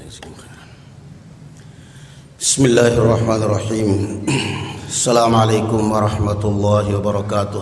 Bismillahirrahmanirrahim. Assalamualaikum warahmatullahi wabarakatuh.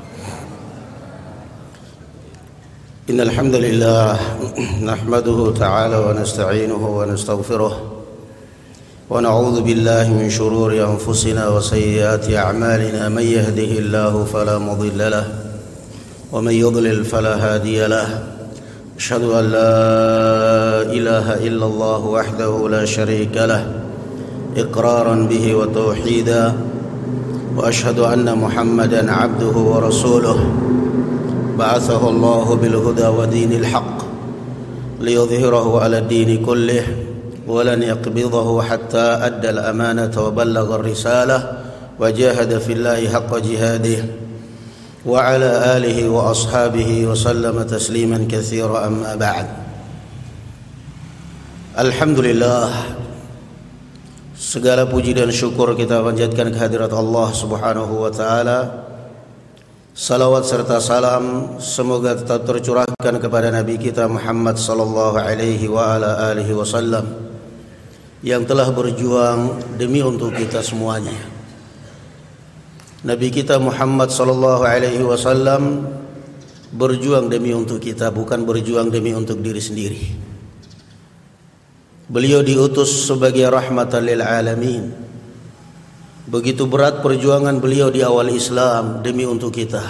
Innal hamdalillah nahmaduhu ta'ala wa nasta'inuhu wa nastaghfiruh wa na'udzu billahi min shururi anfusina wa sayyiati a'malina man yahdihillahu fala mudilla lahu wa man yudlil fala hadiya lahu. Asyhadu an la ilaha illallah wahdahu la syarika lah iqraran bihi wa tauhida wa asyhadu anna Muhammadan abduhu wa rasuluh ba'athahu Allah bil huda wa dinil haqq liyudhhirahu 'ala ad-din kullih wa lan yaqbidahu hatta adda al-amanata wa ballagha ar-risalah wa jahada fillahi haqqa jihadihi wa ala alihi wa ashabihi wa sallama tasliman katsira amma ba'd. Alhamdulillah, segala puji dan syukur kita panjatkan kehadirat Allah Subhanahu wa taala. Salawat serta salam semoga tetap tercurahkan kepada Nabi kita Muhammad sallallahu alaihi wa ala alihi wasallam yang telah berjuang demi untuk kita semuanya. Nabi kita Muhammad sallallahu alaihi wasallam berjuang demi untuk kita, bukan berjuang demi untuk diri sendiri. Beliau diutus sebagai rahmatan lil alamin. Begitu berat perjuangan beliau di awal Islam demi untuk kita.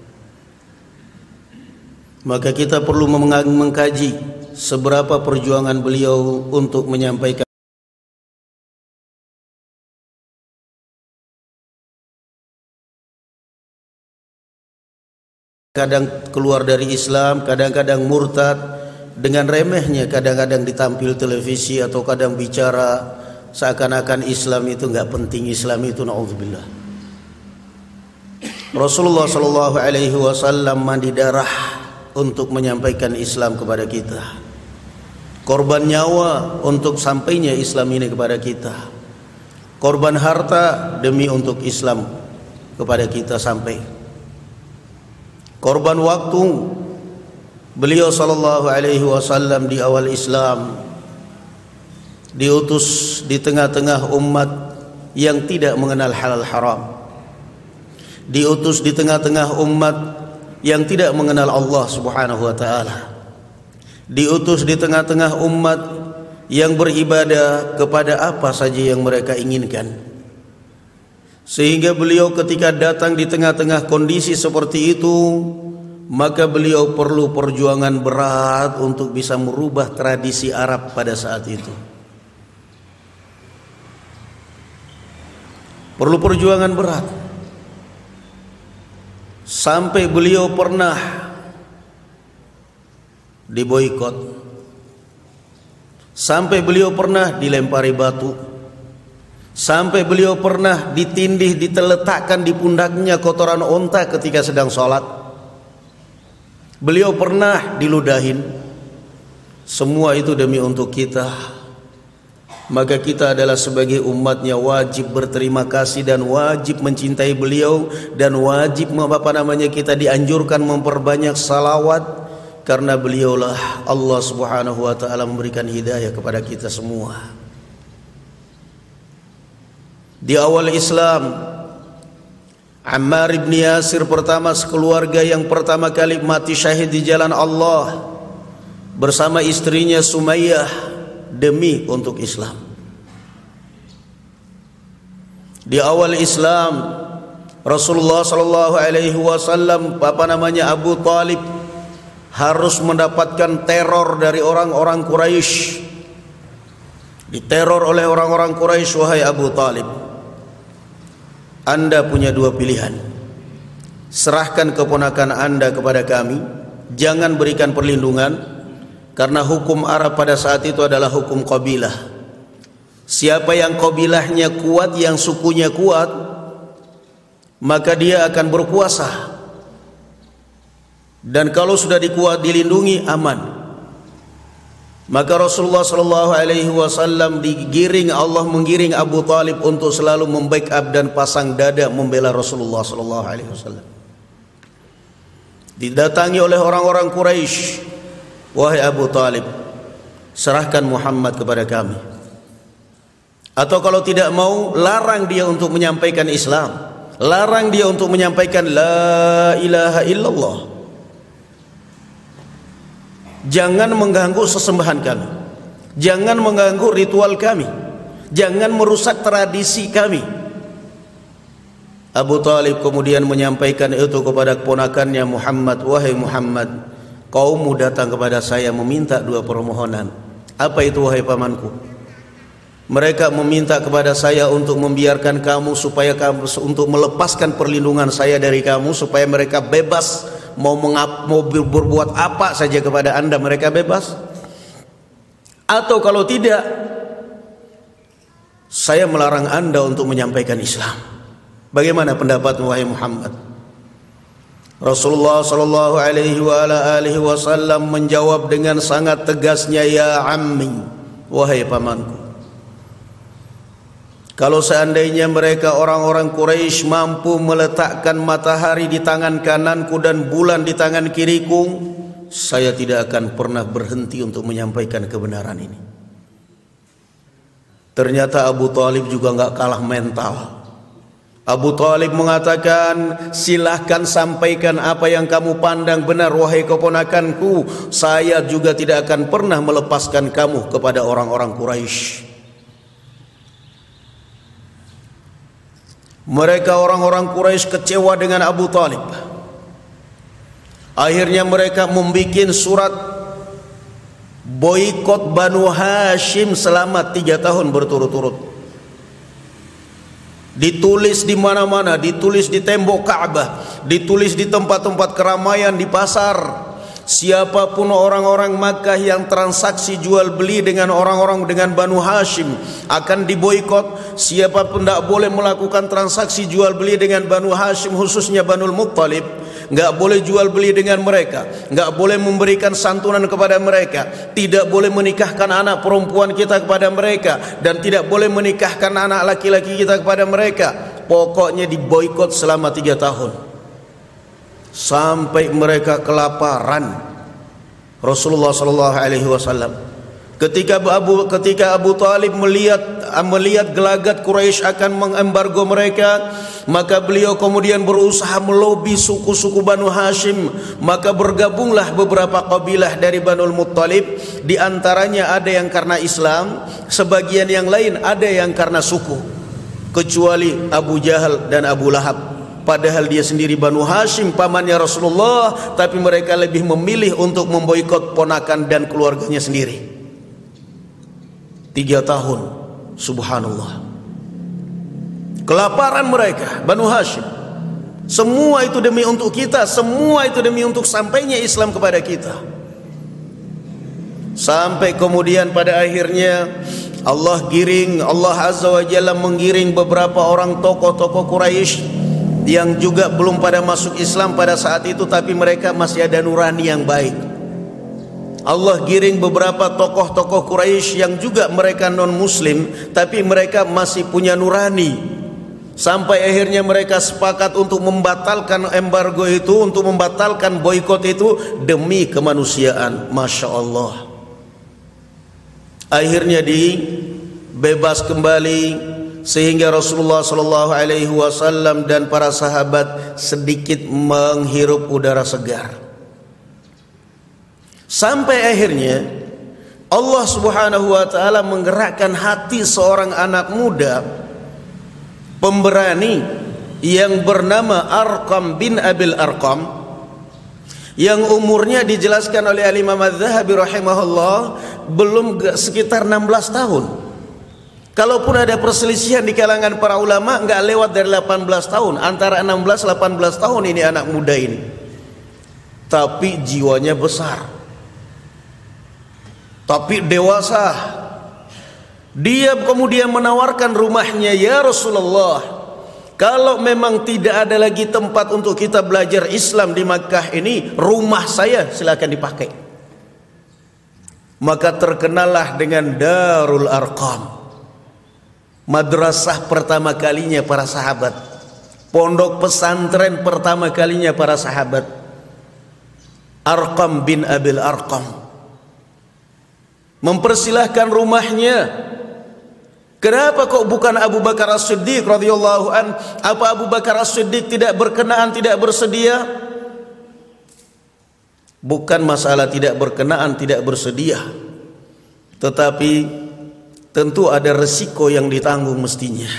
Maka kita perlu mengkaji seberapa perjuangan beliau untuk menyampaikan kadang keluar dari Islam, kadang-kadang murtad, dengan remehnya kadang-kadang ditampil televisi atau kadang bicara seakan-akan Islam itu enggak penting, Islam itu naudzubillah. Rasulullah sallallahu alaihi wasallam mandi darah untuk menyampaikan Islam kepada kita. Korban nyawa untuk sampainya Islam ini kepada kita. Korban harta demi untuk Islam kepada kita sampai. Korban waktu beliau sallallahu alaihi wasallam di awal Islam diutus di tengah-tengah umat yang tidak mengenal halal haram. Diutus di tengah-tengah umat yang tidak mengenal Allah Subhanahu wa taala. Diutus di tengah-tengah umat yang beribadah kepada apa saja yang mereka inginkan. Sehingga beliau ketika datang di tengah-tengah kondisi seperti itu, maka beliau perlu perjuangan berat untuk bisa merubah tradisi Arab pada saat itu. Perlu perjuangan berat. Sampai beliau pernah diboikot. Sampai beliau pernah dilempari batu. Sampai beliau pernah ditindih, diteletakkan di pundaknya kotoran onta ketika sedang sholat. Beliau pernah diludahin. Semua itu demi untuk kita. Maka kita adalah sebagai umatnya wajib berterima kasih dan wajib mencintai beliau, dan wajib kita dianjurkan memperbanyak salawat, karena beliaulah Allah Subhanahu wa taala memberikan hidayah kepada kita semua. Di awal Islam, Ammar ibn Yasir pertama sekeluarga yang pertama kali mati syahid di jalan Allah bersama istrinya Sumayyah demi untuk Islam. Di awal Islam, Rasulullah sallallahu alaihi wasallam Abu Talib harus mendapatkan teror dari orang-orang Quraisy. Diteror oleh orang-orang Quraisy, wahai Abu Talib, Anda punya dua pilihan. Serahkan keponakan Anda kepada kami, jangan berikan perlindungan, karena hukum Arab pada saat itu adalah hukum qabilah. Siapa yang qabilahnya kuat, yang sukunya kuat, maka dia akan berkuasa. Dan kalau sudah dilindungi, aman. Maka Rasulullah sallallahu alaihi wasallam Allah menggiring Abu Talib untuk selalu membackup dan pasang dada membela Rasulullah sallallahu alaihi wasallam. Didatangi oleh orang-orang Quraisy, wahai Abu Talib, serahkan Muhammad kepada kami. Atau kalau tidak mau, larang dia untuk menyampaikan Islam, larang dia untuk menyampaikan la ilaha illallah. Jangan mengganggu sesembahan kami, jangan mengganggu ritual kami, jangan merusak tradisi kami. Abu Talib kemudian menyampaikan itu kepada keponakannya Muhammad, wahai Muhammad, kaummu datang kepada saya meminta dua permohonan. Apa itu wahai pamanku? Mereka meminta kepada saya untuk membiarkan kamu, supaya kamu, untuk melepaskan perlindungan saya dari kamu, supaya mereka bebas mau berbuat apa saja kepada anda, mereka bebas. Atau kalau tidak, saya melarang anda untuk menyampaikan Islam. Bagaimana pendapatmu wahai Muhammad? Rasulullah sallallahu alaihi wasallam menjawab dengan sangat tegasnya, ya ammi, wahai pamanku, kalau seandainya mereka orang-orang Quraisy mampu meletakkan matahari di tangan kananku dan bulan di tangan kiriku, saya tidak akan pernah berhenti untuk menyampaikan kebenaran ini. Ternyata Abu Talib juga nggak kalah mental. Abu Talib mengatakan, silahkan sampaikan apa yang kamu pandang benar wahai keponakanku, saya juga tidak akan pernah melepaskan kamu kepada orang-orang Quraisy. Mereka orang-orang Quraisy kecewa dengan Abu Talib. Akhirnya mereka membuat surat boikot Banu Hashim selama 3 tahun berturut-turut. Ditulis di mana-mana, ditulis di tembok Ka'bah, ditulis di tempat-tempat keramaian, di pasar. Siapapun orang-orang Makkah yang transaksi jual beli dengan orang-orang dengan Banu Hashim akan diboikot. Siapapun tidak boleh melakukan transaksi jual beli dengan Banu Hashim, khususnya Banul Muttalib. Nggak boleh jual beli dengan mereka, nggak boleh memberikan santunan kepada mereka, tidak boleh menikahkan anak perempuan kita kepada mereka, dan tidak boleh menikahkan anak laki-laki kita kepada mereka. Pokoknya diboikot selama 3 tahun. Sampai mereka kelaparan. Rasulullah sallallahu alaihi wasallam ketika Abu Talib melihat gelagat Quraisy akan mengembargo mereka, maka beliau kemudian berusaha melobi suku-suku Banu Hashim. Maka bergabunglah beberapa kabilah dari Banul Muttalib. Di antaranya ada yang karena Islam, sebagian yang lain ada yang karena suku, kecuali Abu Jahal dan Abu Lahab. Padahal dia sendiri Banu Hashim, pamannya Rasulullah, tapi mereka lebih memilih untuk memboikot ponakan dan keluarganya sendiri. 3 tahun, subhanallah. Kelaparan mereka, Banu Hashim. Semua itu demi untuk kita, semua itu demi untuk sampainya Islam kepada kita. Sampai kemudian pada akhirnya Allah Azza wa Jalla menggiring beberapa orang tokoh-tokoh Quraisy yang juga belum pada masuk Islam pada saat itu, tapi mereka masih ada nurani yang baik. Allah giring beberapa tokoh-tokoh Quraisy yang juga mereka non muslim, tapi mereka masih punya nurani. Sampai akhirnya mereka sepakat untuk membatalkan embargo itu, untuk membatalkan boikot itu demi kemanusiaan. Masya Allah. Akhirnya dibebas kembali, sehingga Rasulullah sallallahu alaihi wasallam dan para sahabat sedikit menghirup udara segar. Sampai akhirnya Allah Subhanahu wa taala menggerakkan hati seorang anak muda pemberani yang bernama Arqam bin Abil Arqam, yang umurnya dijelaskan oleh Imam Az-Zahabi rahimahullah belum sekitar 16 tahun. Kalaupun ada perselisihan di kalangan para ulama, nggak lewat dari 18 tahun, antara 16-18 tahun ini anak muda ini. Tapi jiwanya besar, tapi dewasa. Dia kemudian menawarkan rumahnya, ya Rasulullah, kalau memang tidak ada lagi tempat untuk kita belajar Islam di Makkah ini, rumah saya silakan dipakai. Maka terkenallah dengan Darul Arqam, madrasah pertama kalinya para sahabat, pondok pesantren pertama kalinya para sahabat. Arqam bin Abil Arqam. mempersilahkan rumahnya. Kenapa kok bukan Abu Bakar As-Siddiq radhiyallahu an? Apa Abu Bakar As-Siddiq tidak berkenaan, tidak bersedia? Bukan masalah tidak berkenaan, tidak bersedia, tetapi tentu ada resiko yang ditanggung mestinya.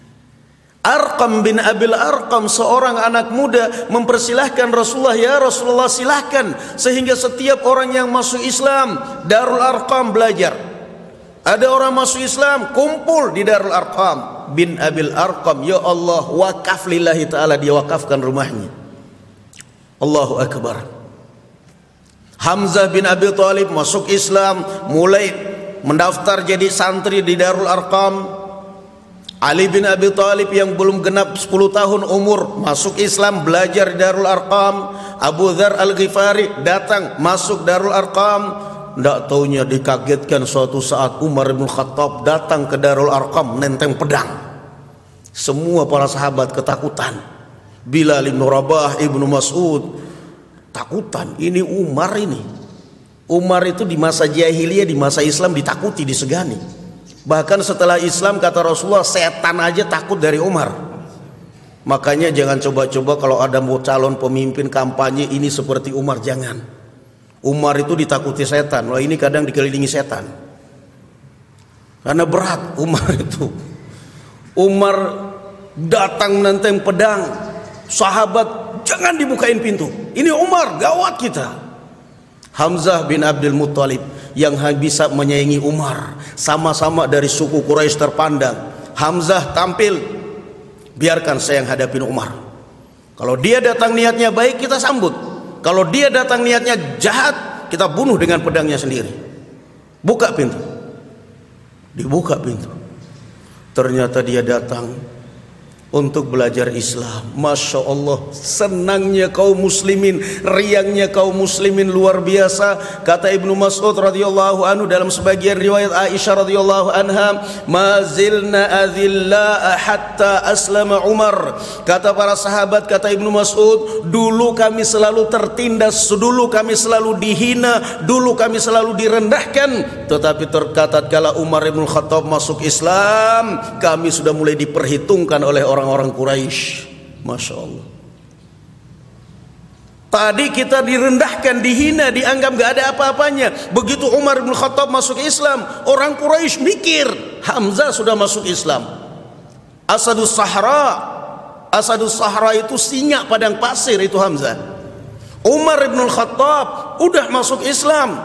Arqam bin Abil Arqam, seorang anak muda, mempersilahkan Rasulullah, ya Rasulullah silahkan, sehingga setiap orang yang masuk Islam Darul Arqam belajar. Ada orang masuk Islam kumpul di Darul Arqam. Bin Abil Arqam, ya Allah, wakaf lillahi ta'ala, dia wakafkan rumahnya. Allahu Akbar. Hamzah bin Abi Thalib masuk Islam, mulai mendaftar jadi santri di Darul Arqam. Ali bin Abi Thalib yang belum genap 10 tahun umur masuk Islam, belajar di Darul Arqam. Abu Dzar Al-Ghifari datang masuk Darul Arqam. Tidak taunya dikagetkan suatu saat Umar bin Khattab datang ke Darul Arqam nenteng pedang. Semua para sahabat ketakutan. Bilal bin Rabah, Ibnu Mas'ud takutan. Ini Umar ini. Umar itu di masa jahiliyah, di masa Islam ditakuti, disegani. Bahkan setelah Islam kata Rasulullah, setan aja takut dari Umar. Makanya jangan coba-coba kalau ada mau calon pemimpin kampanye ini seperti Umar, jangan. Umar itu ditakuti setan. Wah, ini kadang dikelilingi setan. Karena berat Umar itu. Umar datang menenteng pedang. Sahabat, jangan dibukain pintu. Ini Umar, gawat kita. Hamzah bin Abdul Muttalib yang bisa menyaingi Umar, sama-sama dari suku Quraisy terpandang. Hamzah tampil, biarkan saya yang hadapin Umar. Kalau dia datang niatnya baik, kita sambut. Kalau dia datang niatnya jahat, kita bunuh dengan pedangnya sendiri. Buka pintu. Dibuka pintu. Ternyata dia datang untuk belajar Islam. Masya Allah, senangnya kaum muslimin, riangnya kaum muslimin luar biasa. Kata Ibnu Mas'ud radhiyallahu anhu dalam sebagian riwayat Aisyah radhiyallahu anha, ma zilna adhilla hatta aslama Umar. Kata para sahabat, kata Ibnu Mas'ud, dulu kami selalu tertindas, dulu kami selalu dihina, dulu kami selalu direndahkan, tetapi tatkala Umar bin Khattab masuk Islam, kami sudah mulai diperhitungkan oleh orang-orang Quraisy. Masya Allah. Tadi kita direndahkan, dihina, dianggap gak ada apa-apanya. Begitu Umar bin Khattab masuk Islam, orang Quraisy mikir Hamzah sudah masuk Islam. Asadus Sahra itu singa padang pasir, itu Hamzah. Umar bin Khattab udah masuk Islam.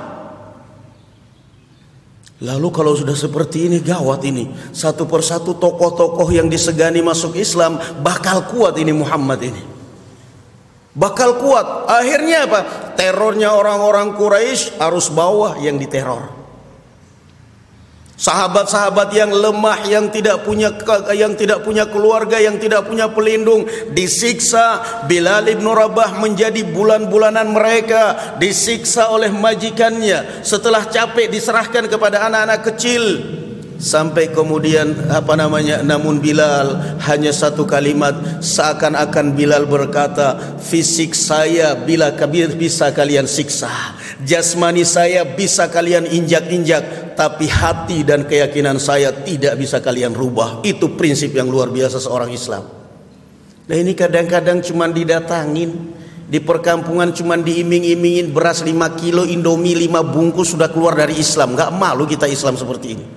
Lalu kalau sudah seperti ini, gawat ini. Satu persatu tokoh-tokoh yang disegani masuk Islam, bakal kuat ini Muhammad ini. Bakal kuat. Akhirnya apa? Terornya orang-orang Quraisy, arus bawah yang diteror. Sahabat-sahabat yang lemah, yang tidak punya keluarga, yang tidak punya pelindung, disiksa. Bilal bin Rabah menjadi bulan-bulanan mereka, disiksa oleh majikannya. Setelah capek diserahkan kepada anak-anak kecil. Sampai kemudian namun Bilal hanya satu kalimat, seakan-akan Bilal berkata, fisik saya bisa kalian siksa, jasmani saya bisa kalian injak-injak, tapi hati dan keyakinan saya tidak bisa kalian rubah. Itu prinsip yang luar biasa seorang Islam. Nah, ini kadang-kadang cuman didatangin di perkampungan, cuman diiming-imingin beras 5 kilo, Indomie 5 bungkus, sudah keluar dari Islam. Gak malu kita Islam seperti ini.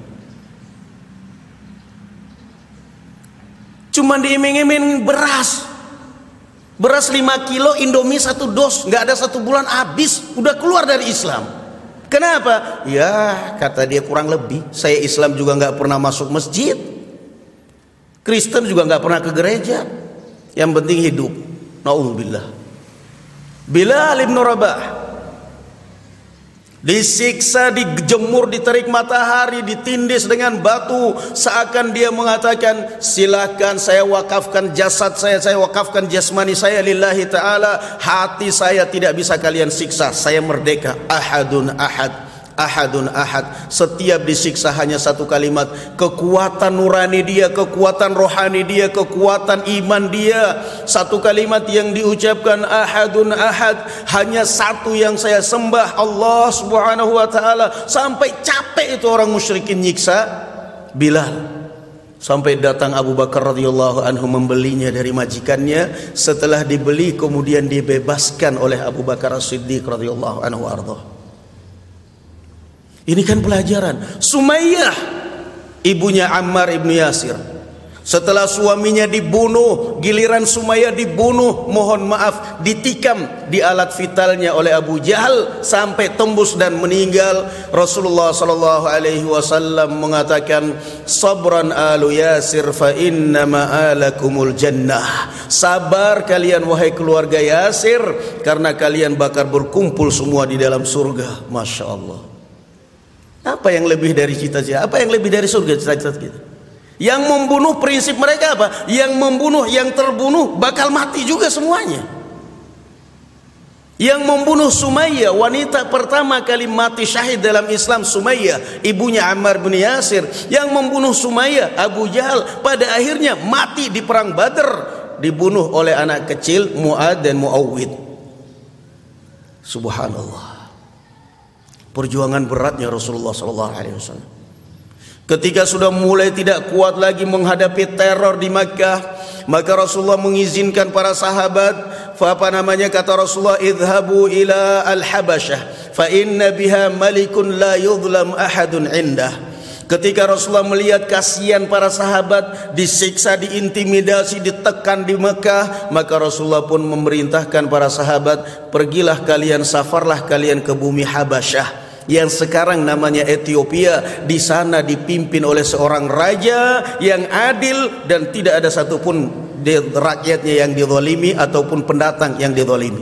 Cuman diiming-iming beras 5 kilo, Indomie 1 dos, nggak ada 1 bulan habis, udah keluar dari Islam. Kenapa? Ya kata dia, kurang lebih saya Islam juga nggak pernah masuk masjid, Kristen juga nggak pernah ke gereja, yang penting hidup. Naudzubillah. Bilal bin Rabah disiksa, dijemur, diterik matahari, ditindis dengan batu, seakan dia mengatakan, silakan saya wakafkan jasad saya wakafkan jasmani saya lillahi ta'ala, hati saya tidak bisa kalian siksa, saya merdeka. Ahadun ahad, ahadun ahad. Setiap disiksa hanya satu kalimat, kekuatan nurani dia, kekuatan rohani dia, kekuatan iman dia. Satu kalimat yang diucapkan, ahadun ahad, hanya satu yang saya sembah, Allah Subhanahu wa taala. Sampai capek itu orang musyrikin nyiksa Bilal. Sampai datang Abu Bakar radhiyallahu anhu membelinya dari majikannya. Setelah dibeli kemudian dibebaskan oleh Abu Bakar As-Siddiq radhiyallahu anhu arda. Ini kan pelajaran. Sumayyah ibunya Ammar ibnu Yasir, setelah suaminya dibunuh, giliran Sumayyah dibunuh, mohon maaf, ditikam di alat vitalnya oleh Abu Jahal sampai tembus dan meninggal. Rasulullah sallallahu alaihi wasallam mengatakan, sabran alu Yasir fa inna ma'alakumul jannah. Sabar kalian wahai keluarga Yasir, karena kalian bakal berkumpul semua di dalam surga. Masya Allah. Apa yang lebih dari cita-cita? Apa yang lebih dari surga cita-cita kita? Yang membunuh, prinsip mereka apa? Yang membunuh, yang terbunuh bakal mati juga semuanya. Yang membunuh Sumayyah, wanita pertama kali mati syahid dalam Islam, Sumayyah ibunya Ammar bin Yasir. Yang membunuh Sumayyah, Abu Jahal, pada akhirnya mati di perang Badr, dibunuh oleh anak kecil Mu'ad dan Mu'awwid. Subhanallah. Perjuangan beratnya Rasulullah SAW. Ketika sudah mulai tidak kuat lagi menghadapi teror di Makkah, maka Rasulullah mengizinkan para sahabat, kata Rasulullah, idhabu ila al-Habasyah fa inna biha malikun la yudlam ahadun indah. Ketika Rasulullah melihat kasihan para sahabat disiksa, diintimidasi, ditekan di Mekah, maka Rasulullah pun memerintahkan para sahabat, pergilah kalian, safarlah kalian ke bumi Habasyah yang sekarang namanya Ethiopia. Di sana dipimpin oleh seorang raja yang adil dan tidak ada satupun rakyatnya yang dizalimi ataupun pendatang yang dizalimi.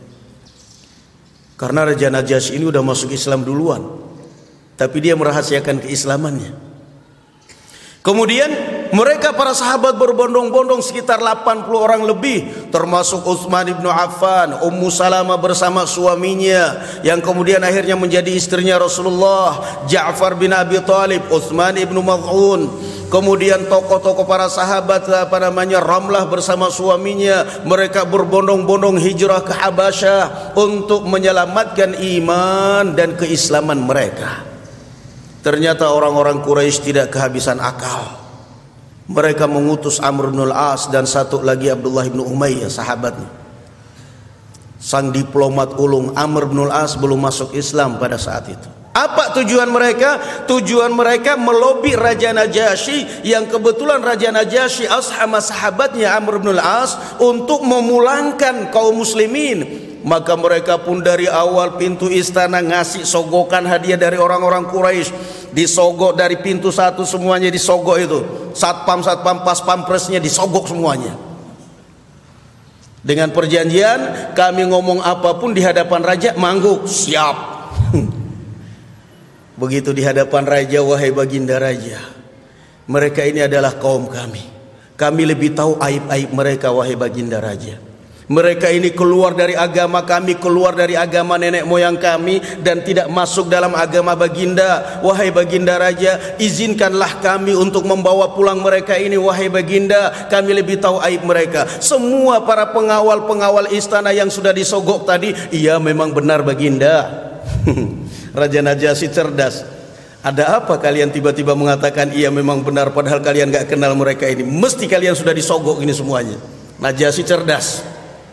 Karena Raja Najasyi ini udah masuk Islam duluan, tapi dia merahasiakan keislamannya. Kemudian mereka para sahabat berbondong-bondong sekitar 80 orang lebih, termasuk Utsman ibnu Affan, Ummu Salamah bersama suaminya yang kemudian akhirnya menjadi istrinya Rasulullah, Ja'far bin Abi Thalib, Utsman ibnu Maz'un, kemudian tokoh-tokoh para sahabat Ramlah bersama suaminya. Mereka berbondong-bondong hijrah ke Habasyah untuk menyelamatkan iman dan keislaman mereka. Ternyata orang-orang Quraisy tidak kehabisan akal. Mereka mengutus Amr bin al-As dan satu lagi Abdullah bin Umayyah, sahabatnya. Sang diplomat ulung Amr bin al-As belum masuk Islam pada saat itu. Apa tujuan mereka? Tujuan mereka melobi Raja Najasyi, yang kebetulan Raja Najasyi sama sahabatnya Amr bin al-As untuk memulangkan kaum muslimin. Maka mereka pun dari awal pintu istana ngasih sogokan hadiah dari orang-orang Quraisy. Disogok dari pintu satu semuanya, disogok itu. Satpam pas pampresnya disogok semuanya. Dengan perjanjian, kami ngomong apapun di hadapan raja, mangguk, siap. Begitu di hadapan raja, wahai baginda raja, mereka ini adalah kaum kami. Kami lebih tahu aib-aib mereka, wahai baginda raja. Mereka ini keluar dari agama kami, keluar dari agama nenek moyang kami, dan tidak masuk dalam agama baginda. Wahai baginda raja, izinkanlah kami untuk membawa pulang mereka ini, wahai baginda. Kami lebih tahu aib mereka. Semua para pengawal-pengawal istana yang sudah disogok tadi, iya memang benar baginda. Raja Najasyi cerdas. Ada apa kalian tiba-tiba mengatakan iya memang benar, padahal kalian gak kenal mereka ini? Mesti kalian sudah disogok ini semuanya. Najasyi cerdas.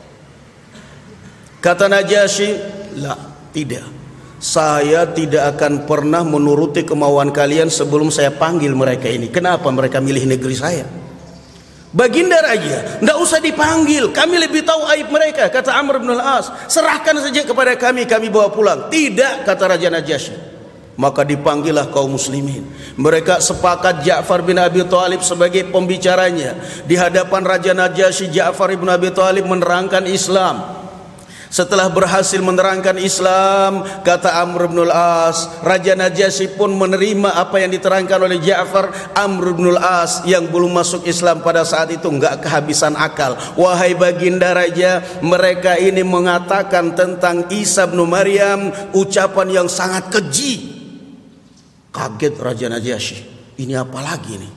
Kata Najasyi, lah, tidak. Saya tidak akan pernah menuruti kemauan kalian sebelum saya panggil mereka ini. Kenapa mereka milih negeri saya? Baginda raja, tidak usah dipanggil, kami lebih tahu aib mereka. Kata Amr bin al-As, serahkan saja kepada kami bawa pulang. Tidak, kata Raja Najasyi. Maka dipanggillah kaum muslimin. Mereka sepakat Ja'far bin Abi Thalib sebagai pembicaranya. Di hadapan Raja Najasyi, Ja'far bin Abi Thalib menerangkan Islam. Setelah berhasil menerangkan Islam, kata Amr bin al-As, Raja Najasyi pun menerima apa yang diterangkan oleh Ja'far. Amr bin al-As yang belum masuk Islam pada saat itu enggak kehabisan akal. Wahai baginda raja, mereka ini mengatakan tentang Isa bin Maryam ucapan yang sangat keji. Kaget Raja Najasyi. Ini apa lagi nih?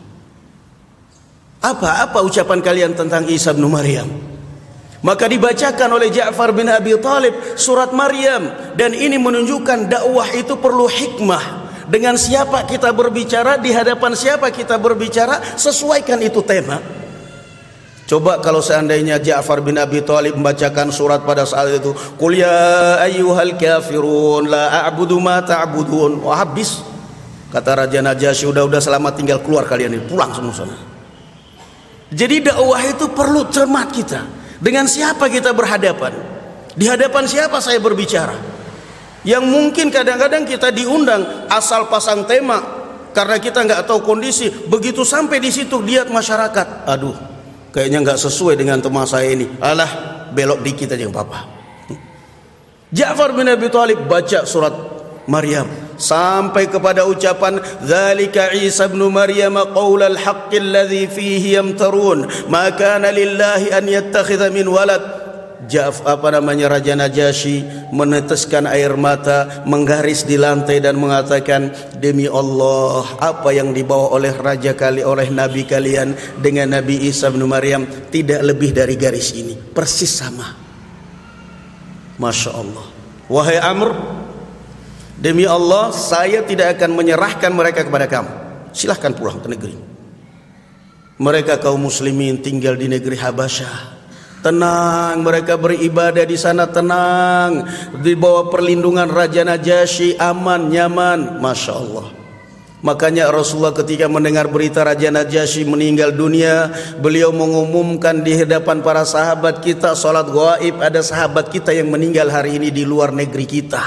Apa ucapan kalian tentang Isa bin Maryam? Maka dibacakan oleh Ja'far bin Abi Thalib surat Maryam, dan ini menunjukkan dakwah itu perlu hikmah. Dengan siapa kita berbicara, di hadapan siapa kita berbicara, sesuaikan itu tema. Coba kalau seandainya Ja'far bin Abi Thalib membacakan surat pada saat itu, Qul ya ayyuhal kafirun la a'budu ma ta'budun. Wah, habis. Kata Raja Najasyi, udah selamat, tinggal keluar kalian ini, pulang semua sana. Jadi dakwah itu perlu cermat kita. Dengan siapa kita berhadapan? Di hadapan siapa saya berbicara? Yang mungkin kadang-kadang kita diundang asal pasang tema karena kita nggak tahu kondisi. Begitu sampai di situ lihat masyarakat, aduh, kayaknya nggak sesuai dengan tema saya ini. Alah, belok dikit aja nggak apa-apa. Ja'far bin Abi Thalib baca surat Maryam sampai kepada ucapan dzalika Isa ibn Maryam qaulal haqqil ladzi fihi yamtarun ma kana lillahi an yattakhidha min walad. Raja Najasyi meneteskan air mata, menggaris di lantai dan mengatakan, demi Allah, apa yang dibawa oleh oleh nabi kalian dengan Nabi Isa bin Maryam tidak lebih dari garis ini, persis sama. Masya Allah. Wahai Amr, demi Allah, saya tidak akan menyerahkan mereka kepada kamu. Silahkan pulang ke negeri. Mereka kaum muslimin tinggal di negeri Habasyah. Tenang, mereka beribadah di sana tenang, di bawah perlindungan Raja Najasyi, aman, nyaman. Masya Allah. Makanya Rasulullah ketika mendengar berita Raja Najasyi meninggal dunia, beliau mengumumkan di hadapan para sahabat kita, salat gaib, ada sahabat kita yang meninggal hari ini di luar negeri kita.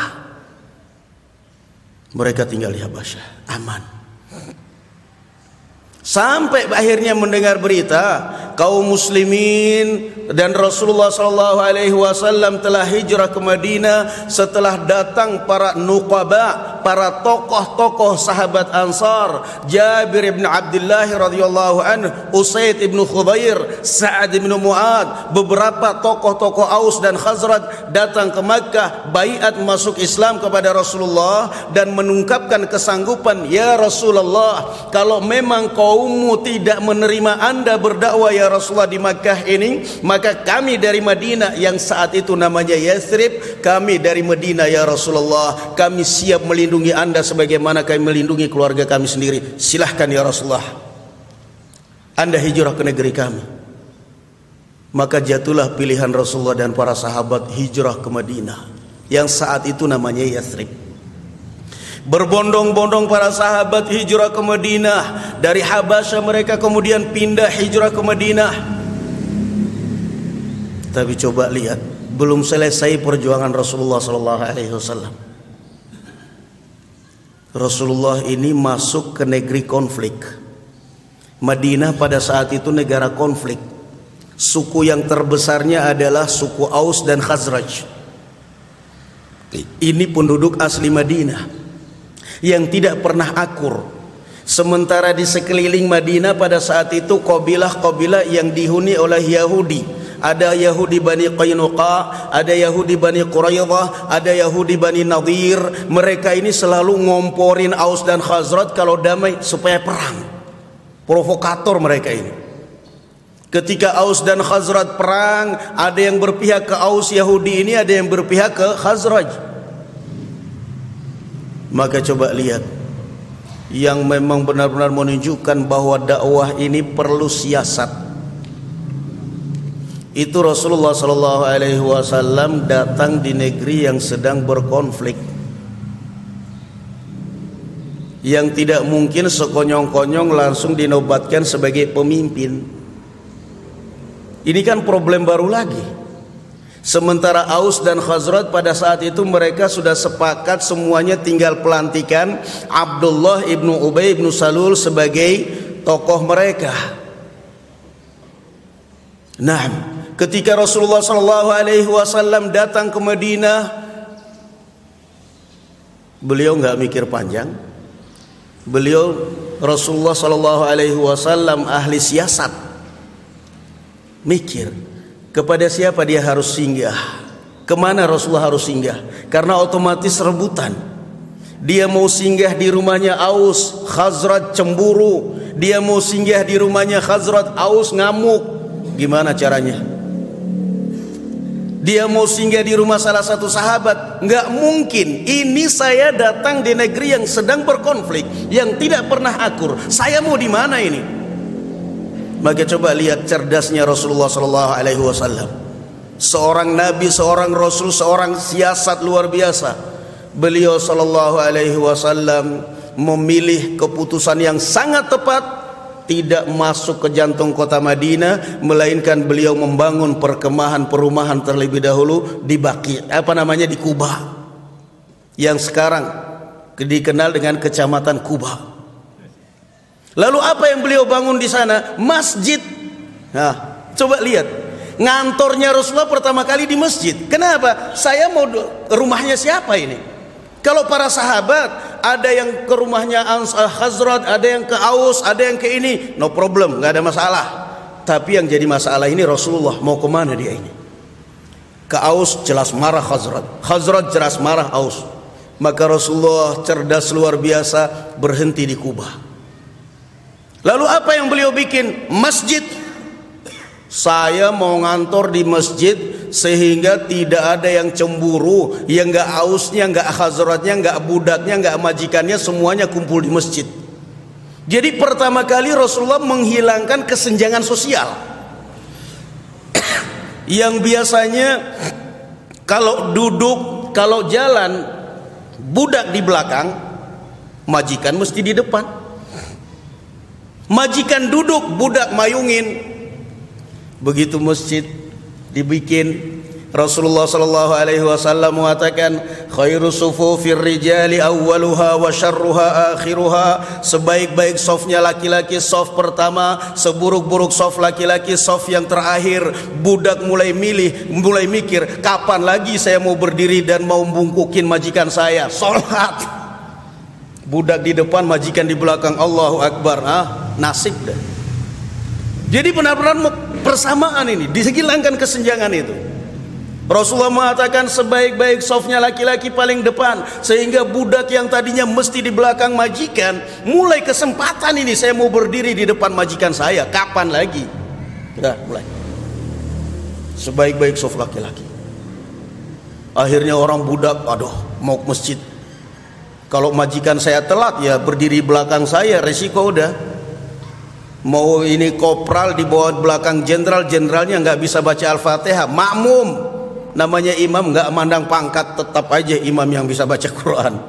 Mereka tinggal di Habasyah, aman. Sampai akhirnya mendengar berita kaum muslimin dan Rasulullah SAW telah hijrah ke Madinah setelah datang para nuqaba, para tokoh-tokoh sahabat Ansar, Jabir bin Abdullah radhiyallahu anhu, Usaid bin Khudair, Sa'ad bin Mu'ad, beberapa tokoh-tokoh Aus dan Khazraj datang ke Makkah, baiat masuk Islam kepada Rasulullah dan mengungkapkan kesanggupan, ya Rasulullah, kalau memang kaummu tidak menerima Anda berdakwah ya Rasulullah di Makkah ini, maka kami dari Madinah yang saat itu namanya Yathrib, kami dari Madinah ya Rasulullah, kami siap melindungi Anda sebagaimana kami melindungi keluarga kami sendiri. Silahkan ya Rasulullah, Anda hijrah ke negeri kami. Maka jatuhlah pilihan Rasulullah dan para sahabat hijrah ke Madinah yang saat itu namanya Yathrib. Berbondong-bondong para sahabat hijrah ke Madinah. Dari Habasyah mereka kemudian pindah hijrah ke Madinah. Tapi coba lihat, belum selesai perjuangan Rasulullah SAW. Rasulullah ini masuk ke negeri konflik. Madinah pada saat itu negara konflik. Suku yang terbesarnya adalah suku Aus dan Khazraj. Ini penduduk asli Madinah yang tidak pernah akur. Sementara di sekeliling Madinah pada saat itu kabilah-kabilah yang dihuni oleh Yahudi. Ada Yahudi Bani Qainuqa, ada Yahudi Bani Quraidah, ada Yahudi Bani Nadir. Mereka ini selalu ngomporin Aus dan Khazraj kalau damai supaya perang. Provokator mereka ini. Ketika Aus dan Khazraj perang, ada yang berpihak ke Aus Yahudi ini, ada yang berpihak ke Khazraj. Maka coba lihat, yang memang benar-benar menunjukkan bahwa dakwah ini perlu siasat. Itu Rasulullah SAW datang di negeri yang sedang berkonflik, yang tidak mungkin sekonyong-konyong langsung dinobatkan sebagai pemimpin. Ini kan problem baru lagi. Sementara Aus dan Khazraj pada saat itu mereka sudah sepakat semuanya, tinggal pelantikan Abdullah ibnu Ubay ibnu Salul sebagai tokoh mereka. Nah, ketika Rasulullah SAW datang ke Madinah, beliau nggak mikir panjang. Beliau Rasulullah SAW ahli siasat, mikir kepada siapa dia harus singgah, kemana Rasulullah harus singgah, karena otomatis rebutan. Dia mau singgah di rumahnya Aus, Khazraj cemburu. Dia mau singgah di rumahnya Khazraj, Aus ngamuk. Gimana caranya? Dia mau singgah di rumah salah satu sahabat, nggak mungkin. Ini saya datang di negeri yang sedang berkonflik, yang tidak pernah akur. Saya mau di mana ini? Maka coba lihat cerdasnya Rasulullah SAW. Seorang nabi, seorang rasul, seorang siasat luar biasa. Beliau sallallahu alaihi wasallam memilih keputusan yang sangat tepat, tidak masuk ke jantung kota Madinah, melainkan beliau membangun perkemahan perumahan terlebih dahulu di di Kuba, yang sekarang dikenal dengan Kecamatan Kuba. Lalu apa yang beliau bangun di sana? Masjid. Nah, coba lihat, ngantornya Rasulullah pertama kali di masjid. Kenapa? Saya mau rumahnya siapa ini? Kalau para sahabat ada yang ke rumahnya Khazraj, ada yang ke Aus, ada yang ke ini, no problem, nggak ada masalah. Tapi yang jadi masalah ini Rasulullah mau kemana dia ini? Ke Aus jelas marah Khazraj, Khazraj jelas marah Aus. Maka Rasulullah cerdas luar biasa, berhenti di Kuba. Lalu apa yang beliau bikin? Masjid. Saya mau ngantor di masjid sehingga tidak ada yang cemburu, yang nggak Ausnya, nggak Khazrajnya, nggak budaknya, nggak majikannya, semuanya kumpul di masjid. Jadi pertama kali Rasulullah menghilangkan kesenjangan sosial. Yang biasanya kalau duduk, kalau jalan, budak di belakang, majikan mesti di depan. Majikan duduk, budak mayungin. Begitu masjid dibikin, Rasulullah sallallahu alaihi wasallam mengatakan, khairu sufufir rijali awwaluha wa syarruha akhiruha. Sebaik-baik safnya laki-laki saf pertama, seburuk-buruk saf laki-laki saf yang terakhir. Budak mulai mikir, kapan lagi saya mau berdiri dan mau bungkukin majikan saya? Salat. Budak di depan, majikan di belakang. Allahu Akbar. Nasib dah. Jadi benar-benar persamaan ini, dihilangkan kesenjangan itu. Rasulullah mengatakan sebaik-baik safnya laki-laki paling depan, sehingga budak yang tadinya mesti di belakang majikan, mulai kesempatan ini saya mau berdiri di depan majikan saya, kapan lagi? Sudah mulai. Sebaik-baik saf laki-laki. Akhirnya orang budak, aduh, mau ke masjid. Kalau majikan saya telat, ya berdiri belakang saya, resiko udah. Mau ini kopral di bawah belakang jenderal, jenderalnya nggak bisa baca Al-Fatihah, makmum, namanya imam, nggak mandang pangkat, tetap aja imam yang bisa baca Quran.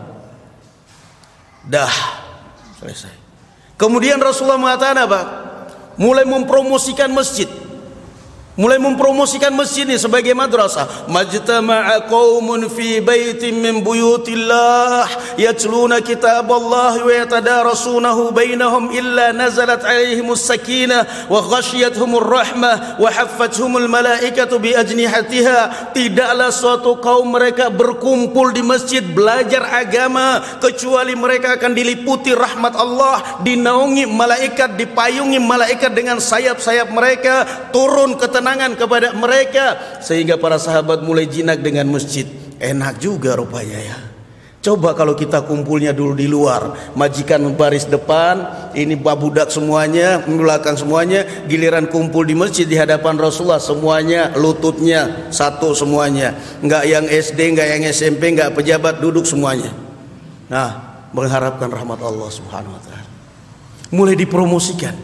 Dah selesai. Kemudian Rasulullah mengatakan apa? Mulai mempromosikan masjid. Mulai mempromosikan masjid ini sebagai madrasah. Majtama'a qaumun fi baitin min buyutillah yatluna kitaballahi wa yatadarasunahu bainahum illa nazalat alaihimus sakinah wa ghasyiyatuhumur rahmah wa haffathumul malaikatu bi ajnihatiha. Tidaklah suatu kaum mereka berkumpul di masjid belajar agama kecuali mereka akan diliputi rahmat Allah, dinaungi malaikat, dipayungi malaikat dengan sayap-sayap mereka, turun ketenangan kepada mereka, sehingga para sahabat mulai jinak dengan masjid. Enak juga rupanya ya. Coba kalau kita kumpulnya dulu di luar, majikan baris depan, ini budak semuanya, belakang semuanya, giliran kumpul di masjid di hadapan Rasulullah semuanya lututnya satu semuanya, nggak yang SD, nggak yang SMP, nggak pejabat, duduk semuanya. Nah, mengharapkan rahmat Allah Subhanahu wa taala. Mulai dipromosikan.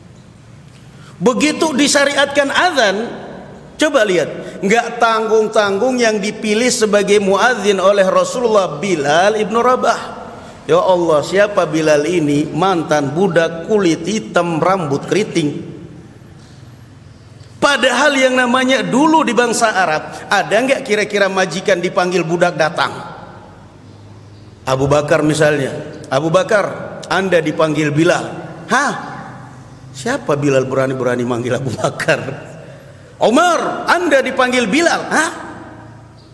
Begitu disyariatkan azan, coba lihat, nggak tanggung-tanggung yang dipilih sebagai muadzin oleh Rasulullah, Bilal ibnu Rabah. Ya Allah, siapa Bilal ini? Mantan budak kulit hitam, rambut keriting. Padahal yang namanya dulu di bangsa Arab, ada nggak kira-kira majikan dipanggil budak datang? Abu Bakar misalnya, Abu Bakar, Anda dipanggil Bilal. Hah? Siapa Bilal berani-berani manggil Abu Bakar? Umar, Anda dipanggil Bilal. Hah?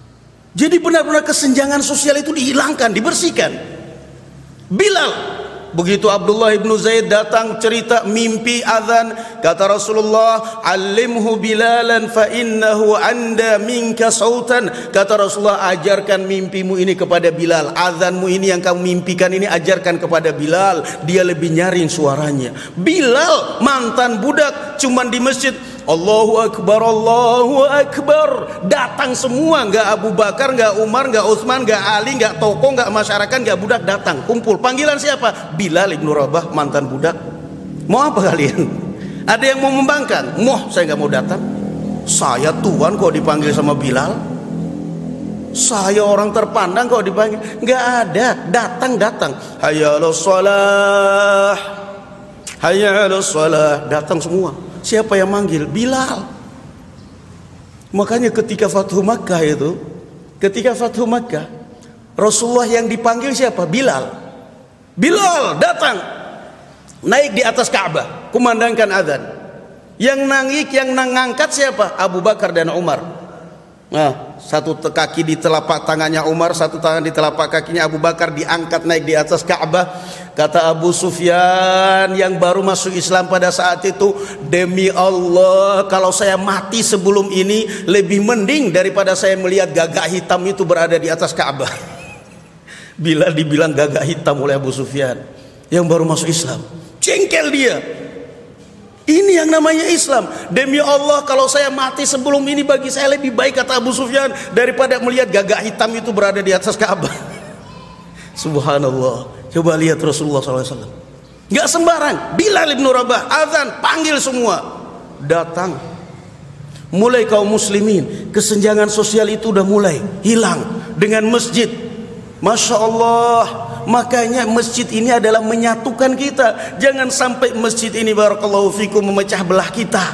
Jadi benar-benar kesenjangan sosial itu dihilangkan, dibersihkan. Bilal, Begitu Abdullah ibnu Zaid datang cerita mimpi azan, kata Rasulullah, "Alimhu Bilalan fa innahu anda minka sautan." Kata Rasulullah, ajarkan mimpimu ini kepada Bilal. Azanmu ini yang kamu mimpikan ini ajarkan kepada Bilal, dia lebih nyaring suaranya. Bilal mantan budak, cuman di masjid Allahu Akbar, Allahu Akbar, datang semua, nggak Abu Bakar, nggak Umar, nggak Utsman, nggak Ali, nggak tokoh, nggak masyarakat, nggak budak, datang kumpul. Panggilan siapa? Bilal ibnu Rabah, mantan budak. Mau apa kalian? Ada yang mau membangkang? Saya nggak mau datang. Saya tuan kok dipanggil sama Bilal. Saya orang terpandang kok dipanggil. Nggak ada. Datang. Hayya 'alas shalah, hayya 'alas shalah. Datang semua. Siapa yang manggil? Bilal. Makanya ketika Fathu Makkah itu, Rasulullah yang dipanggil siapa? Bilal. Bilal datang, naik di atas Ka'bah, kumandangkan azan. Yang ngangkat siapa? Abu Bakar dan Umar. Nah, satu kaki di telapak tangannya Umar, satu tangan di telapak kakinya Abu Bakar, diangkat naik di atas Ka'bah. Kata Abu Sufyan yang baru masuk Islam pada saat itu, demi Allah, kalau saya mati sebelum ini lebih mending daripada saya melihat gagak hitam itu berada di atas Ka'bah. Bila dibilang gagak hitam oleh Abu Sufyan yang baru masuk Islam, jengkel dia. Ini yang namanya Islam. Demi Allah, kalau saya mati sebelum ini bagi saya lebih baik, kata Abu Sufyan, daripada melihat gagak hitam itu berada di atas Ka'bah. Subhanallah. Coba lihat Rasulullah SAW. Gak sembarang. Bilal ibnu Rabah azan, panggil semua, datang. Mulai kaum muslimin, kesenjangan sosial itu udah mulai hilang dengan masjid. Masya Allah. Makanya masjid ini adalah menyatukan kita. Jangan sampai masjid ini, barakallahu fikum, memecah belah kita.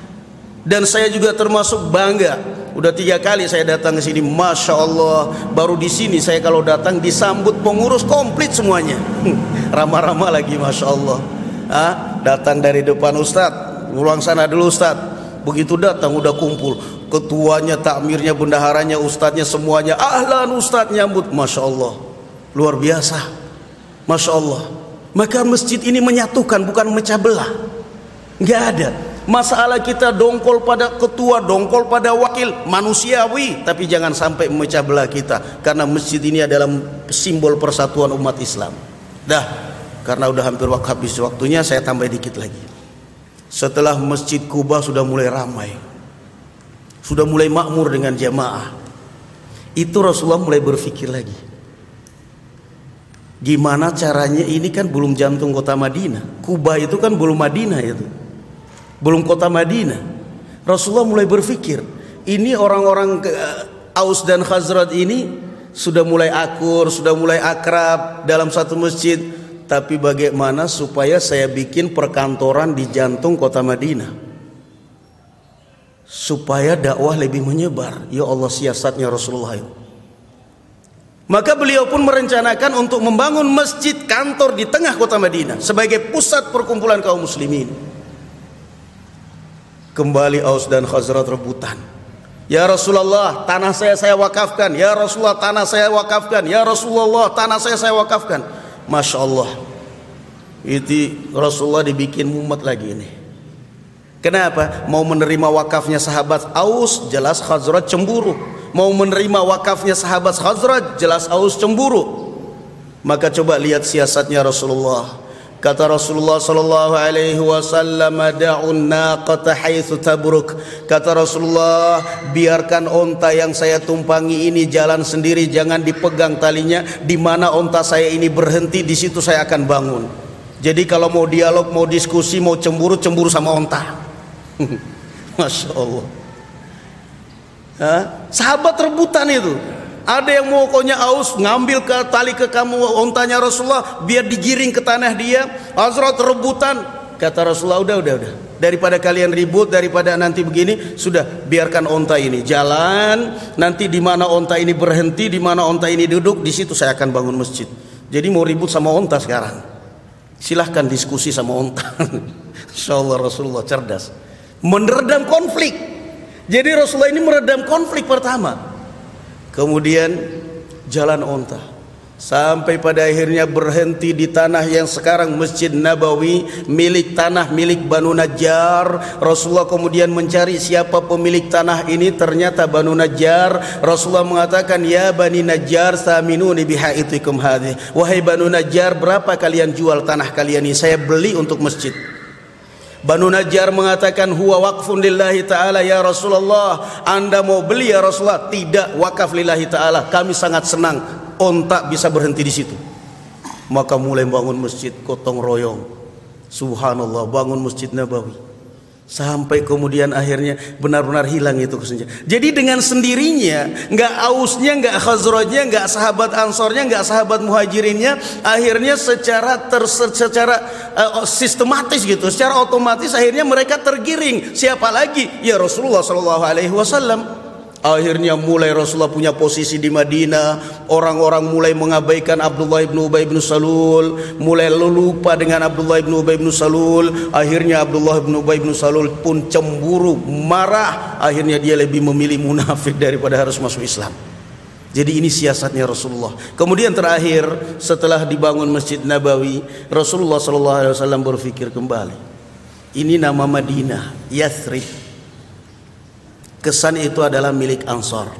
Dan saya juga termasuk bangga. Udah 3 kali saya datang ke sini, masya Allah. Baru di sini saya kalau datang disambut pengurus komplit semuanya. Ramah-ramah lagi, masya Allah. Datang dari depan Ustadz, ruang sana dulu Ustadz. Begitu datang udah kumpul, ketuanya, takmirnya, bendaharanya, ustadznya, semuanya. Ahlan Ustadz, nyambut, masya Allah. Luar biasa, masya Allah. Maka masjid ini menyatukan, bukan memecah belah. Nggak ada masalah kita dongkol pada ketua, dongkol pada wakil, manusiawi, tapi jangan sampai memecah belah kita, karena masjid ini adalah simbol persatuan umat Islam. Karena udah hampir habis waktunya, saya tambah dikit lagi. Setelah Masjid Kuba sudah mulai ramai, sudah mulai makmur dengan jamaah, itu Rasulullah mulai berpikir lagi, gimana caranya, ini kan belum jantung kota Madinah. Kuba itu kan belum Madinah, itu belum kota Madinah. Rasulullah mulai berpikir, ini orang-orang Aus dan Khazraj ini sudah mulai akur, sudah mulai akrab dalam satu masjid. Tapi bagaimana supaya saya bikin perkantoran di jantung kota Madinah, supaya dakwah lebih menyebar. Ya Allah, siasatnya Rasulullah itu. Maka beliau pun merencanakan untuk membangun masjid kantor di tengah kota Madinah sebagai pusat perkumpulan kaum muslimin. Kembali Aus dan Khazraj rebutan. Ya Rasulullah, tanah saya wakafkan. Ya Rasulullah, tanah saya wakafkan. Ya Rasulullah, tanah saya wakafkan. Masya Allah. Itu Rasulullah dibikin mumet lagi ini. Kenapa? Mau menerima wakafnya sahabat Aus, jelas Khazraj cemburu. Mau menerima wakafnya sahabat Khazraj, jelas Aus cemburu. Maka coba lihat siasatnya Rasulullah. Kata Rasulullah sallallahu alaihi wasallam, da'un naqata haitsu tabruk. Kata Rasulullah, biarkan onta yang saya tumpangi ini jalan sendiri, jangan dipegang talinya. Di mana onta saya ini berhenti, di situ saya akan bangun. Jadi kalau mau dialog, mau diskusi, mau cemburu, cemburu sama onta. Masya Allah. Sahabat rebutan itu. Ada yang mau pokoknya Aus ngambil ke tali ke kamu ontanya Rasulullah biar digiring ke tanah dia. Khazraj rebutan. Kata Rasulullah, udah. Daripada kalian ribut, daripada nanti begini, sudah biarkan onta ini jalan. Nanti di mana onta ini berhenti, di mana onta ini duduk, di situ saya akan bangun masjid. Jadi mau ribut sama onta sekarang, silahkan diskusi sama onta. Insyaallah Rasulullah cerdas, meredam konflik. Jadi Rasulullah ini meredam konflik pertama. Kemudian jalan onta. Sampai pada akhirnya berhenti di tanah yang sekarang Masjid Nabawi, milik Banu Najjar. Rasulullah kemudian mencari siapa pemilik tanah ini, ternyata Banu Najjar. Rasulullah mengatakan, ya Bani Najjar saminuni bihaitikum hadhi. Wahai Banu Najjar, berapa kalian jual tanah kalian ini? Saya beli untuk masjid. Banu Najjar mengatakan, huwa waqfun lillahi ta'ala ya Rasulullah. Anda mau beli ya Rasulullah? Tidak, wakaf lillahi ta'ala. Kami sangat senang ontak bisa berhenti di situ. Maka mulai bangun masjid gotong royong. Subhanallah, bangun Masjid Nabawi. Sampai kemudian akhirnya benar-benar hilang itu kesenjangan. Jadi dengan sendirinya, nggak Ausnya, nggak Khazrajnya, nggak sahabat Ansornya, nggak sahabat Muhajirinnya, akhirnya secara sistematis gitu, secara otomatis akhirnya mereka tergiring. Siapa lagi? Ya Rasulullah Shallallahu Alaihi Wasallam. Akhirnya mulai Rasulullah punya posisi di Madinah. Orang-orang mulai mengabaikan Abdullah ibn Ubay ibn Salul, mulai lupa dengan Abdullah ibn Ubay ibn Salul. Akhirnya Abdullah ibn Ubay ibn Salul pun cemburu, marah. Akhirnya dia lebih memilih munafik daripada harus masuk Islam. Jadi ini siasatnya Rasulullah. Kemudian terakhir, setelah dibangun Masjid Nabawi, Rasulullah SAW berpikir kembali. Ini nama Madinah, Yathrib. Kesan itu adalah milik Ansor.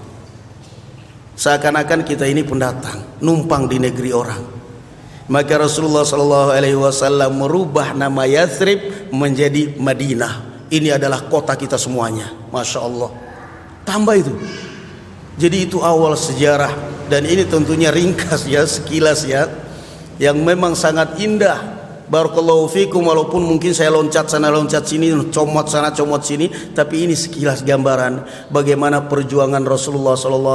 Seakan-akan kita ini pendatang, numpang di negeri orang. Maka Rasulullah SAW merubah nama Yathrib menjadi Madinah. Ini adalah kota kita semuanya. Masya Allah. Tambah itu. Jadi itu awal sejarah. Dan ini tentunya ringkas ya, sekilas ya, yang memang sangat indah. Barakallahu fikum, walaupun mungkin saya loncat sana loncat sini, comot sana comot sini, tapi ini sekilas gambaran bagaimana perjuangan Rasulullah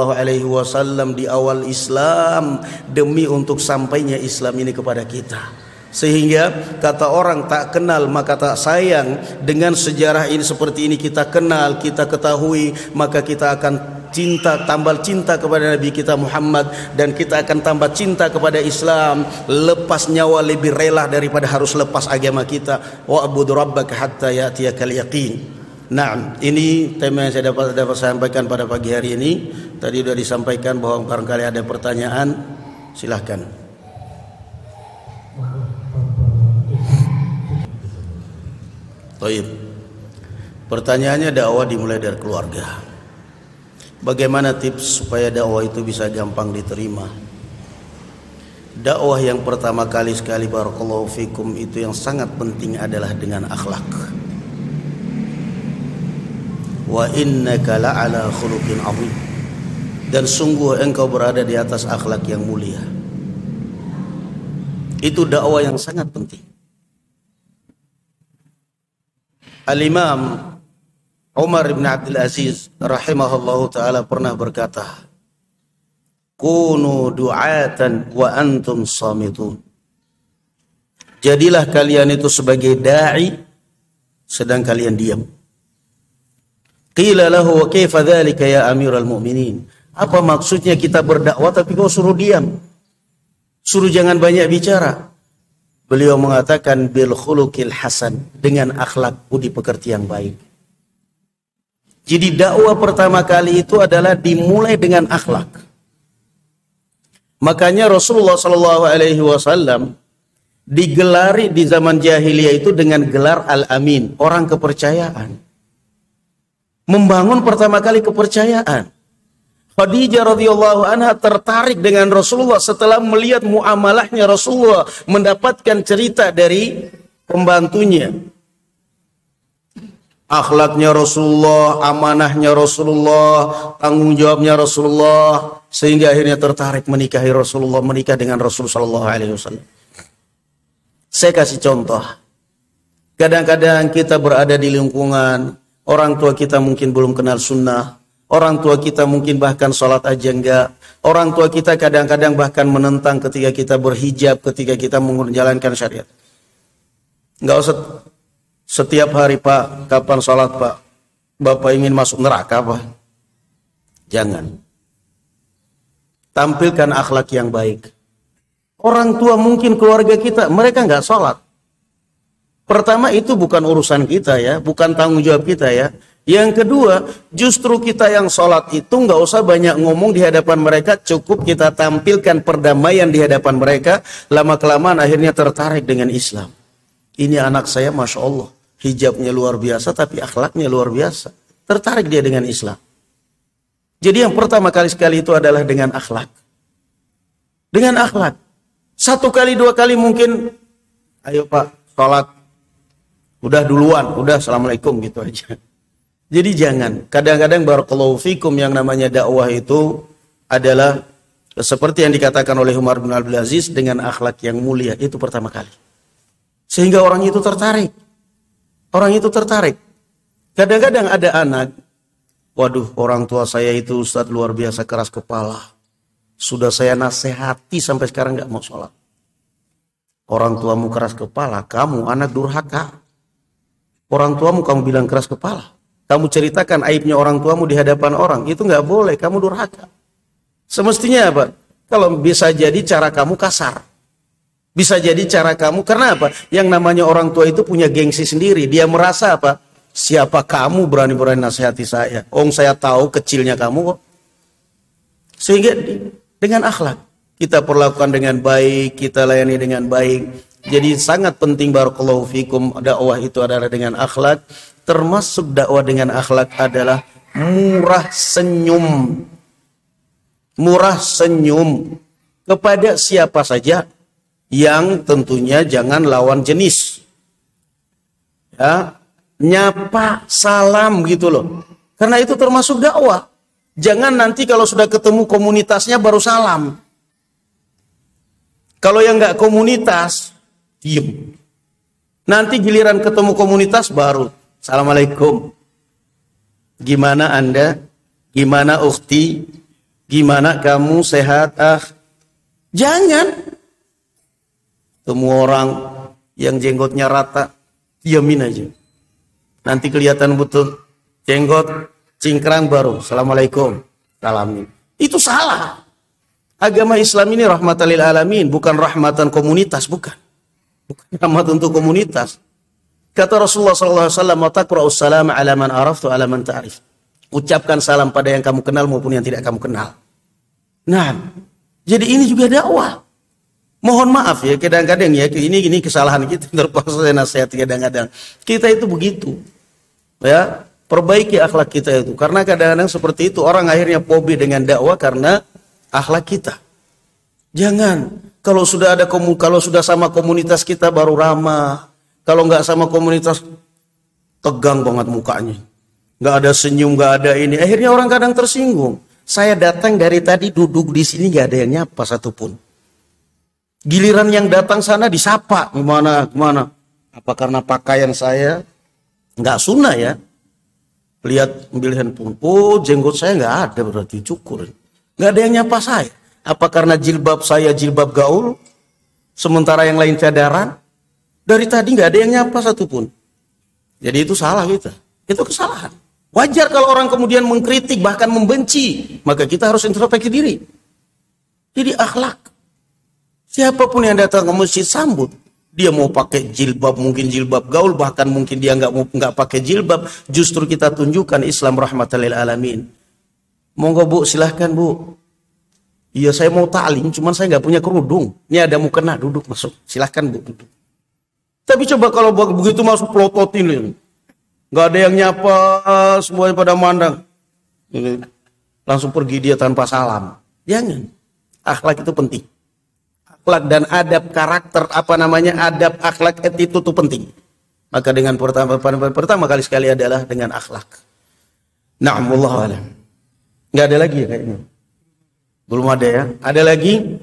SAW di awal Islam demi untuk sampainya Islam ini kepada kita. Sehingga kata orang tak kenal maka tak sayang. Dengan sejarah ini seperti ini kita kenal, kita ketahui, maka kita akan tambah cinta kepada Nabi kita Muhammad, dan kita akan tambah cinta kepada Islam. Lepas nyawa lebih rela daripada harus lepas agama kita. Wa'bud rabbaka hatta ya'tiyakal yaqin. Nah, ini tema yang saya dapat sampaikan pada pagi hari ini. Tadi sudah disampaikan bahwa barangkali ada pertanyaan, silahkan. Baik. Pertanyaannya, dakwah dimulai dari keluarga. Bagaimana tips supaya dakwah itu bisa gampang diterima? Dakwah yang pertama kali sekali, barakallahu fikum, itu yang sangat penting adalah dengan akhlak. Wa innaka la'ala khuluqin 'azim. Dan sungguh engkau berada di atas akhlak yang mulia. Itu dakwah yang sangat penting. Al-Imam Umar bin Abdul Aziz rahimahullahu ta'ala pernah berkata, kunu du'atan wa antum samitun. Jadilah kalian itu sebagai da'i sedang kalian diam. Qila lahu wa kaifa dzalika ya Amirul Mu'minin? Apa maksudnya kita berdakwah tapi kau suruh diam? Suruh jangan banyak bicara. Beliau mengatakan bil khuluqil hasan, dengan akhlak budi pekerti yang baik. Jadi dakwah pertama kali itu adalah dimulai dengan akhlak. Makanya Rasulullah SAW digelari di zaman jahiliyah itu dengan gelar Al-Amin, orang kepercayaan. Membangun pertama kali kepercayaan. Khadijah radhiyallahu anha tertarik dengan Rasulullah setelah melihat muamalahnya Rasulullah, mendapatkan cerita dari pembantunya. Akhlaknya Rasulullah, amanahnya Rasulullah, tanggung jawabnya Rasulullah, sehingga akhirnya tertarik menikahi Rasulullah, menikah dengan Rasul sallallahu alaihi wasallam. Saya kasih contoh. Kadang-kadang kita berada di lingkungan orang tua kita mungkin belum kenal sunnah, orang tua kita mungkin bahkan sholat aja enggak, orang tua kita kadang-kadang bahkan menentang ketika kita berhijab, ketika kita menjalankan syariat. Enggak usah setiap hari, Pak, kapan sholat, Pak? Bapak ingin masuk neraka, Pak? Jangan. Tampilkan akhlak yang baik. Orang tua mungkin keluarga kita, mereka nggak sholat. Pertama itu bukan urusan kita ya, bukan tanggung jawab kita ya. Yang kedua, justru kita yang sholat itu nggak usah banyak ngomong di hadapan mereka, cukup kita tampilkan perdamaian di hadapan mereka, lama-kelamaan akhirnya tertarik dengan Islam. Ini anak saya, Masya Allah, hijabnya luar biasa, tapi akhlaknya luar biasa. Tertarik dia dengan Islam. Jadi yang pertama kali sekali itu adalah dengan akhlak. Dengan akhlak. 1 kali, 2 kali mungkin, ayo Pak, sholat. Udah duluan, udah Assalamualaikum gitu aja. Jadi jangan, kadang-kadang barakallahu fikum yang namanya dakwah itu adalah seperti yang dikatakan oleh Umar bin Abdul Aziz, dengan akhlak yang mulia, itu pertama kali. Sehingga orang itu tertarik. Orang itu tertarik. Kadang-kadang ada anak, waduh orang tua saya itu Ustadz luar biasa keras kepala. Sudah saya nasihati sampai sekarang gak mau sholat. Orang tuamu keras kepala, kamu anak durhaka. Orang tuamu kamu bilang keras kepala. Kamu ceritakan aibnya orang tuamu di hadapan orang, itu nggak boleh, kamu durhaka. Semestinya apa? Kalau bisa jadi cara kamu kasar. Bisa jadi cara kamu, karena apa? Yang namanya orang tua itu punya gengsi sendiri. Dia merasa apa? Siapa kamu berani-berani nasihati saya? Saya tahu kecilnya kamu kok. Sehingga dengan akhlak, kita perlakukan dengan baik, kita layani dengan baik. Jadi sangat penting barakallahu fikum, dakwah itu adalah dengan akhlak. Termasuk dakwah dengan akhlak adalah murah senyum. Murah senyum kepada siapa saja, yang tentunya jangan lawan jenis. Ya, nyapa, salam gitu loh. Karena itu termasuk dakwah. Jangan nanti kalau sudah ketemu komunitasnya baru salam. Kalau yang nggak komunitas, diem. Nanti giliran ketemu komunitas baru Assalamualaikum. Gimana Anda? Gimana ukhti? Gimana kamu, sehat? Jangan. Semua orang yang jenggotnya rata, diamin aja. Nanti kelihatan betul jenggot cingkrang baru Assalamualaikum. Salamin. Itu salah. Agama Islam ini rahmatan lil alamin, bukan rahmatan komunitas, bukan. Bukan rahmat untuk komunitas. Kata Rasulullah SAW, "Taqra'us salam ala man araftu ala man ta'rif." Ucapkan salam pada yang kamu kenal maupun yang tidak kamu kenal. Nah, jadi ini juga dakwah. Mohon maaf ya, kadang-kadang ya, ini kesalahan kita, terpaksa saya nasihat kadang-kadang. Kita itu begitu. Ya, perbaiki akhlak kita itu. Karena kadang-kadang seperti itu, orang akhirnya fobi dengan dakwah karena akhlak kita. Jangan, kalau sudah sama komunitas kita baru ramah. Kalau nggak sama komunitas, tegang banget mukanya. Nggak ada senyum, nggak ada ini. Akhirnya orang kadang tersinggung. Saya datang dari tadi duduk di sini nggak ada yang nyapa satupun. Giliran yang datang sana disapa. Gimana? Apa karena pakaian saya nggak sunnah ya? Lihat ambil handphone. Oh, jenggot saya nggak ada, berarti cukur. Nggak ada yang nyapa saya. Apa karena jilbab saya jilbab gaul? Sementara yang lain cadaran? Dari tadi nggak ada yang nyapa satupun. Jadi itu salah kita. Itu kesalahan. Wajar kalau orang kemudian mengkritik, bahkan membenci. Maka kita harus introspeksi diri. Jadi akhlak. Siapapun yang datang ke masjid sambut. Dia mau pakai jilbab, mungkin jilbab gaul, bahkan mungkin dia nggak pakai jilbab. Justru kita tunjukkan Islam rahmatan lil alamin. Monggo Bu, silahkan Bu. Iya saya mau ta'lim, cuman saya nggak punya kerudung. Ini ada mukena, duduk masuk. Silahkan Bu, duduk. Tapi coba kalau begitu masuk pelototin ini. Nggak ada yang nyapa, semuanya pada mandang. Langsung pergi dia tanpa salam. Jangan. Akhlak itu penting. Akhlak dan adab karakter, adab akhlak itu penting. Maka dengan pertama kali sekali adalah dengan akhlak. Na'am, wallahu a'lam. Nggak ada lagi ya kayaknya. Belum ada ya. Ada lagi?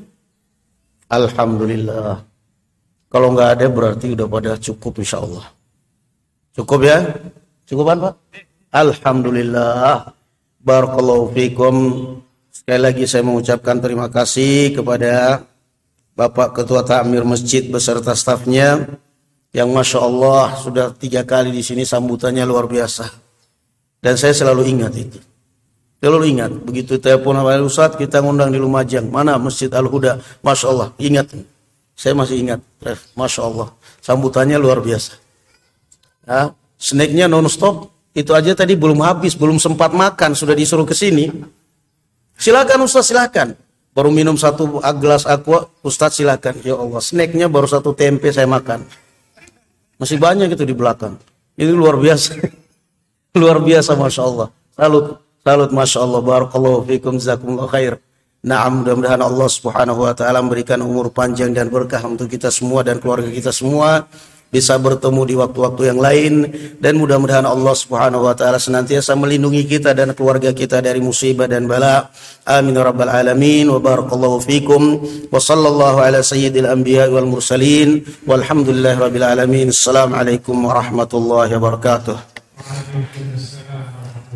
Alhamdulillah. Kalau nggak ada berarti udah pada cukup insya Allah. Cukup ya? Cukupan Pak? Alhamdulillah. Barakallahu fikum. Sekali lagi saya mengucapkan terima kasih kepada Bapak Ketua Takmir Masjid beserta stafnya yang Masya Allah sudah 3 kali di sini, sambutannya luar biasa. Dan saya selalu ingat itu. Selalu ingat. Begitu telepon sama Ustadz, kita ngundang di Lumajang. Mana Masjid Al-Huda? Masya Allah. Ingat. Saya masih ingat, Masya Allah, sambutannya luar biasa. Ya, snacknya non-stop, Itu aja tadi belum habis, belum sempat makan, sudah disuruh ke sini. Silakan Ustaz, silakan. Baru minum 1 gelas aqua, Ustaz silakan. Ya Allah, snacknya baru 1 tempe saya makan. Masih banyak itu di belakang. Ini luar biasa. Luar biasa, Masya Allah. Salut, Masya Allah. Barakallahu fikum, jazakumullah khair. Nah, mudah-mudahan Allah Subhanahu wa Ta'ala memberikan umur panjang dan berkah untuk kita semua dan keluarga kita semua, bisa bertemu di waktu-waktu yang lain, dan mudah-mudahan Allah Subhanahu wa Ta'ala senantiasa melindungi kita dan keluarga kita dari musibah dan bala. Amin ya rabbal alamin. Wa barakallahu fikum wa sallallahu ala sayyidil anbiya wal mursalin walhamdulillahi rabbil alamin. Assalamualaikum warahmatullahi wabarakatuh.